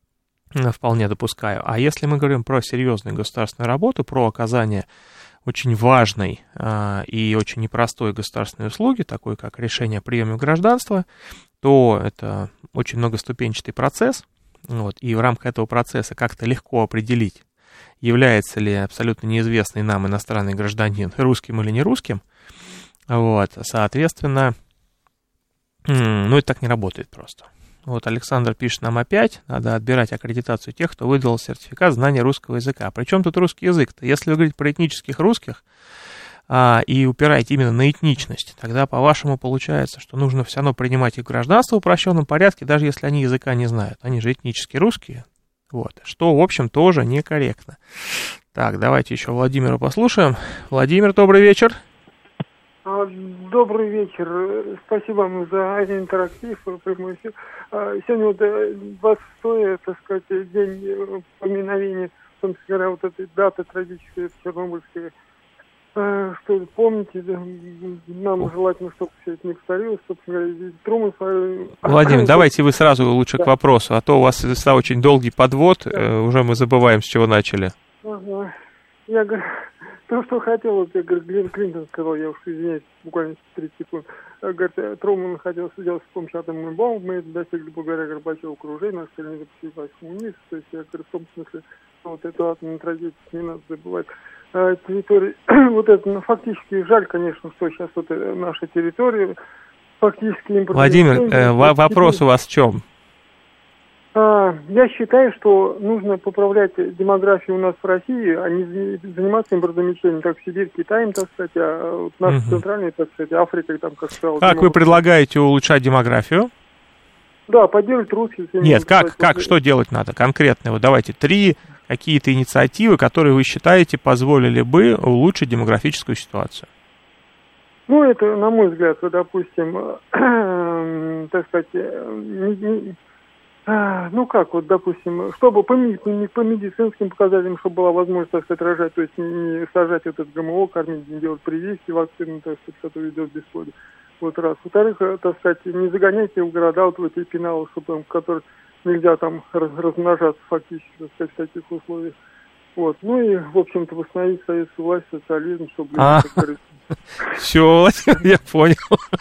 Вполне допускаю. А если мы говорим про серьезную государственную работу, про оказание очень важной э, и очень непростой государственной услуги, такой как решение о приеме гражданства, то это очень многоступенчатый процесс, вот, и в рамках этого процесса как-то легко определить, является ли абсолютно неизвестный нам иностранный гражданин русским или не русским, вот, соответственно, ну, это так не работает просто. Вот Александр пишет нам опять, надо отбирать аккредитацию тех, кто выдал сертификат знания русского языка. Причем тут русский язык-то? Если вы говорите про этнических русских а, и упираете именно на этничность, тогда, по-вашему, получается, что нужно все равно принимать их гражданство в упрощенном порядке, даже если они языка не знают. Они же этнически русские, вот, что, в общем, тоже некорректно. Так, давайте еще Владимира послушаем. Владимир, добрый вечер. Добрый вечер. Спасибо вам за интерактив. Сегодня вот двадцать шестое, так сказать, день поминовения, собственно говоря, вот этой даты трагической чернобыльской. Что помните, нам желательно, чтобы все это не повторилось, собственно говоря, Трумэн... Владимир, давайте вы сразу лучше да. к вопросу, а то у вас всегда очень долгий подвод, да. уже мы забываем, с чего начали. Ага. Я говорю, то, что хотел, вот, я говорю, Глен Клинтон сказал, я уж извиняюсь, буквально тридцать секунд. Говорит, Трумэн хотел сделать с помощью атомной бомбы, мы это достигли благодаря Горбачеву окружения, нас не запустили войском вниз, то есть я говорю, в том смысле, вот эту атомную трагедию не надо забывать. А, территория, вот это, ну, фактически жаль, конечно, что сейчас вот наша территория фактически импортирует. Владимир, э, вопрос у вас в чем? Я считаю, что нужно поправлять демографию у нас в России, а не заниматься импортозамещением, как в Сибирь, Китаем, так сказать, а вот наша угу. центральная, так сказать, Африка, там, как сказал. Как вы предлагаете улучшать демографию? Да, поддерживать русских. Нет, как, как, что делать надо конкретно? Вот давайте три какие-то инициативы, которые вы считаете позволили бы улучшить демографическую ситуацию. Ну, это, на мой взгляд, допустим, так сказать, не, не, ну как, вот, допустим, чтобы по, по медицинским показателям, чтобы была возможность, так сказать, рожать, то есть не, не сажать этот ГМО, кормить, не делать прививки, вакцины, так сказать, которые идет в бесплодие. Вот раз. Во-вторых, так сказать, не загоняйте в города, вот в эти пеналы, чтобы там, в которых нельзя там размножаться фактически, так сказать, в таких условиях. Вот. Ну и, в общем-то, восстановить советскую власть, социализм, чтобы... А, все, я понял.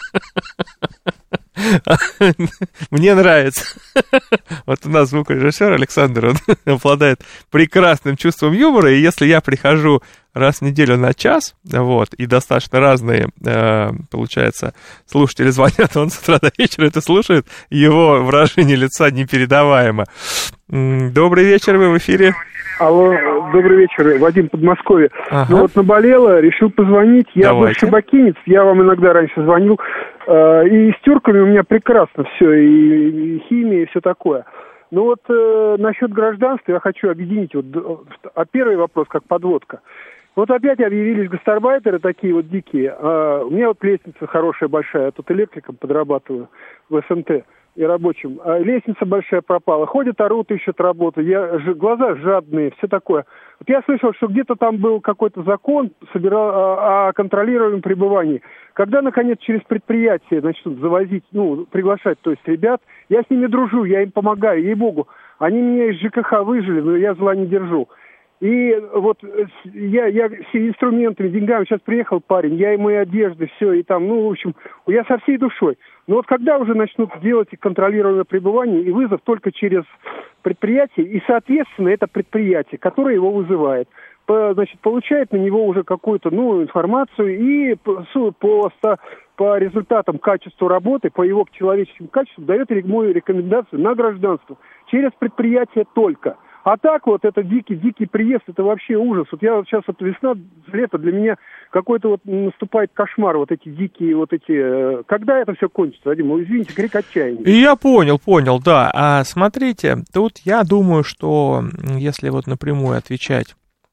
Мне нравится. Вот у нас звукорежиссер Александр, он обладает прекрасным чувством юмора, и если я прихожу раз в неделю на час, вот, и достаточно разные, э, получается, слушатели звонят, он с утра до вечера это слушает, его выражение лица непередаваемо. Добрый вечер, вы в эфире. Алло, добрый вечер, Вадим, Подмосковье. Ага. Ну вот наболело, решил позвонить. Я бывший бакинец, я вам иногда раньше звонил. И с тюрками у меня прекрасно все, и, и химия, и все такое. Ну вот э, насчет гражданства я хочу объединить. Вот, а первый вопрос как подводка. Вот опять объявились гастарбайтеры такие вот дикие. А у меня вот лестница хорошая, большая. Я тут электриком подрабатываю в СНТ и рабочим. А лестница большая пропала. Ходят, орут, ищут работу. Я, ж, глаза жадные, все такое. Вот я слышал, что где-то там был какой-то закон собирал, о, о контролируемом пребывании. Когда, наконец, через предприятие начнут завозить, ну, приглашать, то есть ребят, я с ними дружу, я им помогаю, ей-богу. Они меня из ЖКХ выжили, но я зла не держу. И вот я, я с инструментами, деньгами, сейчас приехал парень, я ему и одежды, все, и там, ну, в общем, я со всей душой. Но вот когда уже начнут делать контролируемое пребывание и вызов только через предприятие, и, соответственно, это предприятие, которое его вызывает, по, значит, получает на него уже какую-то, ну, информацию и по, по, по результатам качества работы, по его человеческим качествам дает ему рекомендацию на гражданство через предприятие только. А так вот, это дикий-дикий приезд, это вообще ужас. Вот я вот сейчас, вот весна, лето, для меня какой-то вот наступает кошмар, вот эти дикие, вот эти... Когда это все кончится, Вадим? Вы извините, крик отчаяния. Я понял, понял, да. А смотрите, тут я думаю, что если вот напрямую отвечать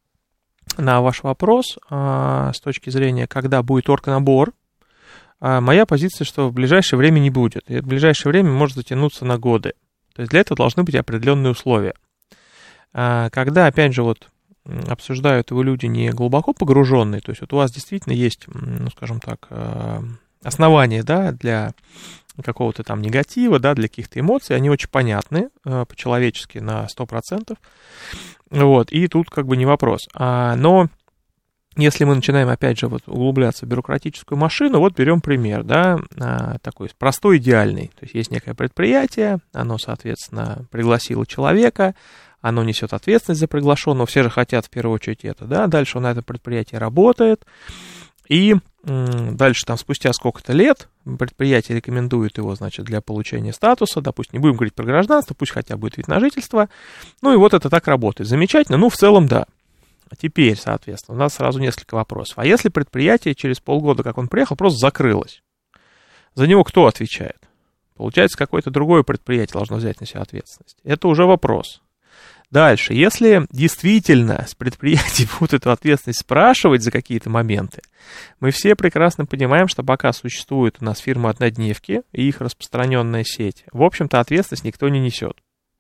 на ваш вопрос а, с точки зрения, когда будет оргнабор, а, моя позиция, что в ближайшее время не будет. И в ближайшее время может затянуться на годы. То есть для этого должны быть определенные условия. Когда, опять же, вот обсуждают его люди не глубоко погруженные, то есть вот у вас действительно есть, ну, скажем так, основания, да, для какого-то там негатива, да, для каких-то эмоций, они очень понятны по-человечески на сто процентов, вот, и тут как бы не вопрос. Но если мы начинаем, опять же, вот углубляться в бюрократическую машину, вот берем пример, да, такой простой, идеальный, то есть есть некое предприятие, оно, соответственно, пригласило человека, оно несет ответственность за приглашенного, все же хотят в первую очередь это, да, дальше он на этом предприятии работает, и м, дальше там спустя сколько-то лет предприятие рекомендует его, значит, для получения статуса, допустим, не будем говорить про гражданство, пусть хотя бы будет вид на жительство, ну и вот это так работает, замечательно, ну в целом да. А теперь, соответственно, у нас сразу несколько вопросов, а если предприятие через полгода, как он приехал, просто закрылось, за него кто отвечает? Получается, какое-то другое предприятие должно взять на себя ответственность, это уже вопрос. Дальше, если действительно с предприятий будут эту ответственность спрашивать за какие-то моменты, мы все прекрасно понимаем, что пока существует у нас фирмы-однодневки и их распространенная сеть, в общем-то ответственность никто не несет.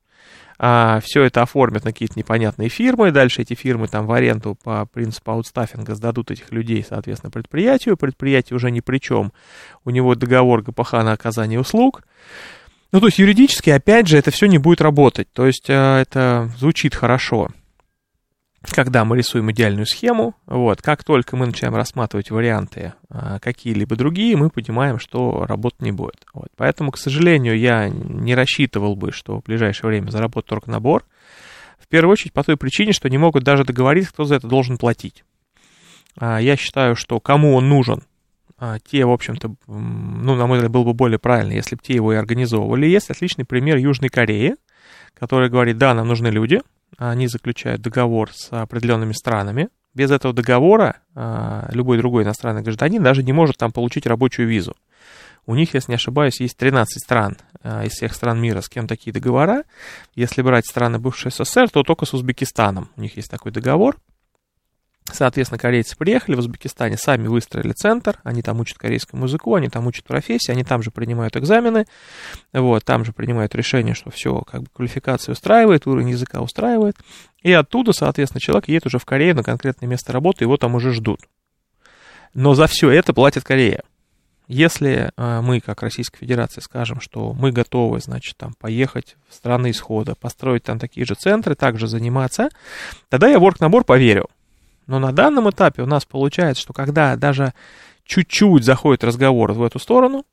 А все это оформят на какие-то непонятные фирмы, дальше эти фирмы там в аренду по принципу аутстаффинга сдадут этих людей, соответственно, предприятию, предприятие уже ни при чем, у него договор ГПХ на оказание услуг. Ну, то есть юридически, опять же, это все не будет работать. То есть это звучит хорошо, когда мы рисуем идеальную схему. Вот, как только мы начинаем рассматривать варианты какие-либо другие, мы понимаем, что работы не будет. Вот, поэтому, к сожалению, я не рассчитывал бы, что в ближайшее время заработает оргнабор. В первую очередь по той причине, что не могут даже договориться, кто за это должен платить. Я считаю, что кому он нужен, те, в общем-то, ну, на мой взгляд, было бы более правильно, если бы те его и организовывали. Есть отличный пример Южной Кореи, который говорит, да, нам нужны люди, они заключают договор с определенными странами. Без этого договора любой другой иностранный гражданин даже не может там получить рабочую визу. У них, если не ошибаюсь, есть тринадцать стран из всех стран мира, с кем такие договора. Если брать страны бывшей СССР, то только с Узбекистаном у них есть такой договор. Соответственно, корейцы приехали в Узбекистане, сами выстроили центр, они там учат корейскому языку, они там учат профессии, они там же принимают экзамены, вот, там же принимают решение, что все, как бы квалификация устраивает, уровень языка устраивает, и оттуда, соответственно, человек едет уже в Корею на конкретное место работы, его там уже ждут. Но за все это платит Корея. Если э, мы, как Российская Федерация, скажем, что мы готовы, значит, там, поехать в страны исхода, построить там такие же центры, также заниматься, тогда я в оргнабор поверю. Но на данном этапе у нас получается, что когда даже чуть-чуть заходит разговор в эту сторону,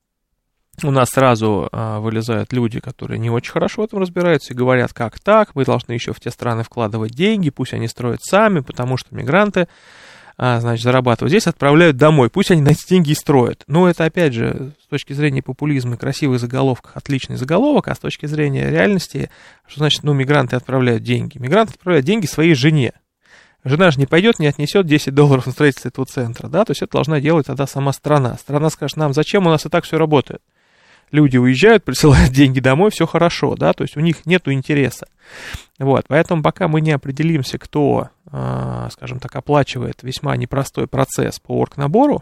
у нас сразу а, вылезают люди, которые не очень хорошо в этом разбираются, и говорят, как так, мы должны еще в те страны вкладывать деньги, пусть они строят сами, потому что мигранты, а, значит, зарабатывают здесь, отправляют домой, пусть они на эти деньги и строят. Но это, опять же, с точки зрения популизма и красивых заголовков, отличный заголовок, а с точки зрения реальности, что значит, ну, мигранты отправляют деньги? Мигранты отправляют деньги своей жене. Жена же не пойдет, не отнесет десять долларов на строительство этого центра, да, то есть это должна делать тогда сама страна. Страна скажет нам, зачем у нас и так все работает. Люди уезжают, присылают деньги домой, все хорошо, да, то есть у них нету интереса. Вот, поэтому пока мы не определимся, кто, скажем так, оплачивает весьма непростой процесс по оргнабору,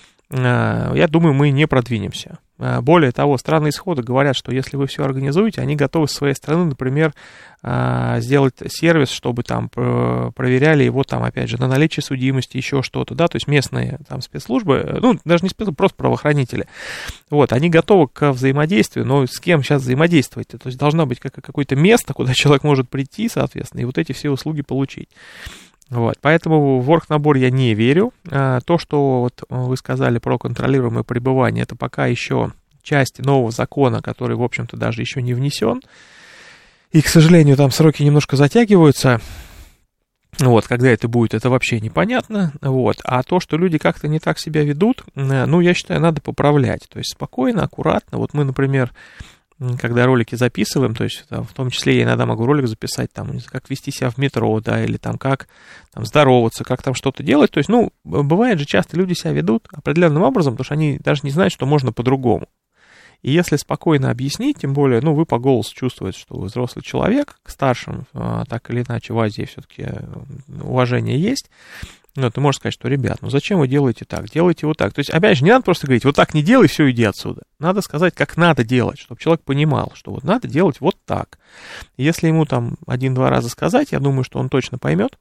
я думаю, мы не продвинемся. Более того, страны исхода говорят, что если вы все организуете, они готовы с своей стороны, например, сделать сервис, чтобы там проверяли его там, опять же, на наличие судимости, еще что-то, да, то есть местные там спецслужбы, ну, даже не спецслужбы, просто правоохранители. Вот, они готовы к взаимодействию, но с кем сейчас взаимодействовать? То есть должно быть какое-то место, куда человек может прийти, соответственно, и вот эти все услуги получить. Вот, поэтому в оргнабор я не верю. То, что вот вы сказали про контролируемое пребывание, это пока еще часть нового закона, который, в общем-то, даже еще не внесен. И, к сожалению, там сроки немножко затягиваются. Вот, когда это будет, это вообще непонятно. Вот. А то, что люди как-то не так себя ведут, ну, я считаю, надо поправлять. То есть спокойно, аккуратно. Вот мы, например, когда ролики записываем, то есть там, в том числе я иногда могу ролик записать, там, как вести себя в метро, да, или там как там, здороваться, как там что-то делать. То есть, ну, бывает же, часто люди себя ведут определенным образом, потому что они даже не знают, что можно по-другому. И если спокойно объяснить, тем более, ну, вы по голосу чувствуете, что вы взрослый человек, к старшим, так или иначе, в Азии все-таки уважение есть, ну, ты можешь сказать, что, ребят, ну, зачем вы делаете так? Делайте вот так. То есть, опять же, не надо просто говорить, вот так не делай, все, иди отсюда. Надо сказать, как надо делать, чтобы человек понимал, что вот надо делать вот так. И если ему там один-два раза сказать, я думаю, что он точно поймет,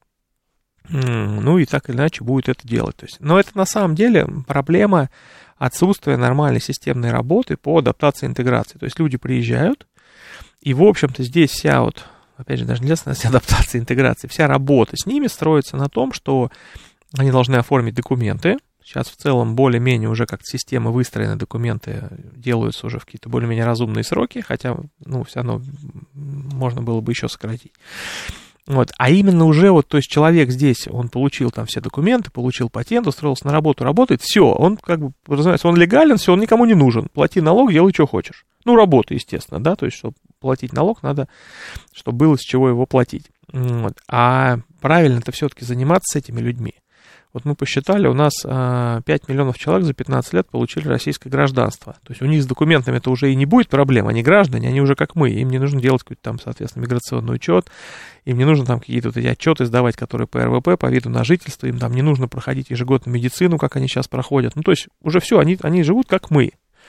ну, и так или иначе будет это делать. То есть, но это на самом деле проблема отсутствия нормальной системной работы по адаптации и интеграции. То есть, люди приезжают, и, в общем-то, здесь вся вот... Опять же, даже не для адаптации, интеграции, вся работа с ними строится на том, что они должны оформить документы. Сейчас в целом более-менее уже как система выстроена, документы делаются уже в какие-то более-менее разумные сроки, хотя, ну, все равно можно было бы еще сократить. Вот. А именно уже вот, то есть человек здесь, он получил там все документы, получил патент, устроился на работу, работает, все, он как бы, разумеется, он легален, все, он никому не нужен, плати налог, делай, что хочешь. Ну, работа, естественно, да, то есть, чтобы платить налог, надо, чтобы было с чего его платить. Вот. А правильно-то все-таки заниматься с этими людьми. Вот мы посчитали, у нас а, пять миллионов человек за пятнадцать лет получили российское гражданство. То есть у них с документами это уже и не будет проблем, они граждане, они уже как мы, им не нужно делать какой-то там, соответственно, миграционный учет, им не нужно там какие-то вот эти отчеты сдавать, которые по эр вэ пэ, по виду на жительство, им там не нужно проходить ежегодно медицину, как они сейчас проходят. Ну, то есть уже все, они, они живут как мы.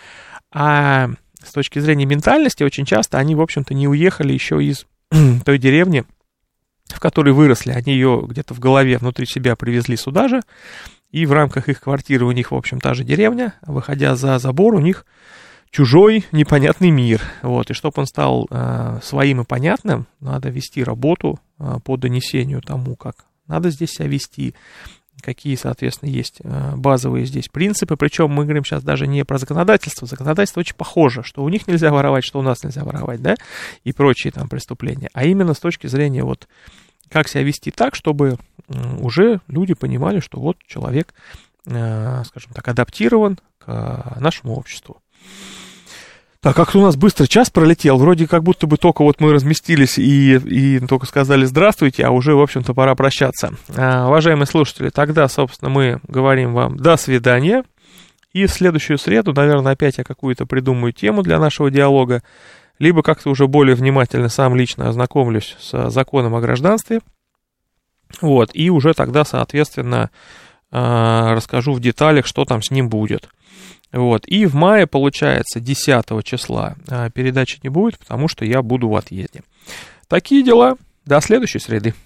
А с точки зрения ментальности, очень часто они, в общем-то, не уехали еще из той деревни, в которой выросли. Они ее где-то в голове внутри себя привезли сюда же, и в рамках их квартиры у них, в общем, та же деревня, выходя за забор, у них чужой непонятный мир. Вот. И чтобы он стал э, своим и понятным, надо вести работу э, по донесению тому, как надо здесь себя вести, какие, соответственно, есть базовые здесь принципы. Причем мы говорим сейчас даже не про законодательство. Законодательство очень похоже, что у них нельзя воровать, что у нас нельзя воровать, да, и прочие там преступления. А именно с точки зрения вот как себя вести так, чтобы уже люди понимали, что вот человек, скажем так, адаптирован к нашему обществу. Так, как-то у нас быстро час пролетел, вроде как будто бы только вот мы разместились и, и только сказали здравствуйте, а уже, в общем-то, пора прощаться. А, уважаемые слушатели, тогда, собственно, мы говорим вам до свидания, и в следующую среду, наверное, опять я какую-то придумаю тему для нашего диалога, либо как-то уже более внимательно сам лично ознакомлюсь с законом о гражданстве, вот, и уже тогда, соответственно, расскажу в деталях, что там с ним будет. Вот. И в мае, получается, десятого числа передачи не будет, потому что я буду в отъезде. Такие дела. До следующей среды.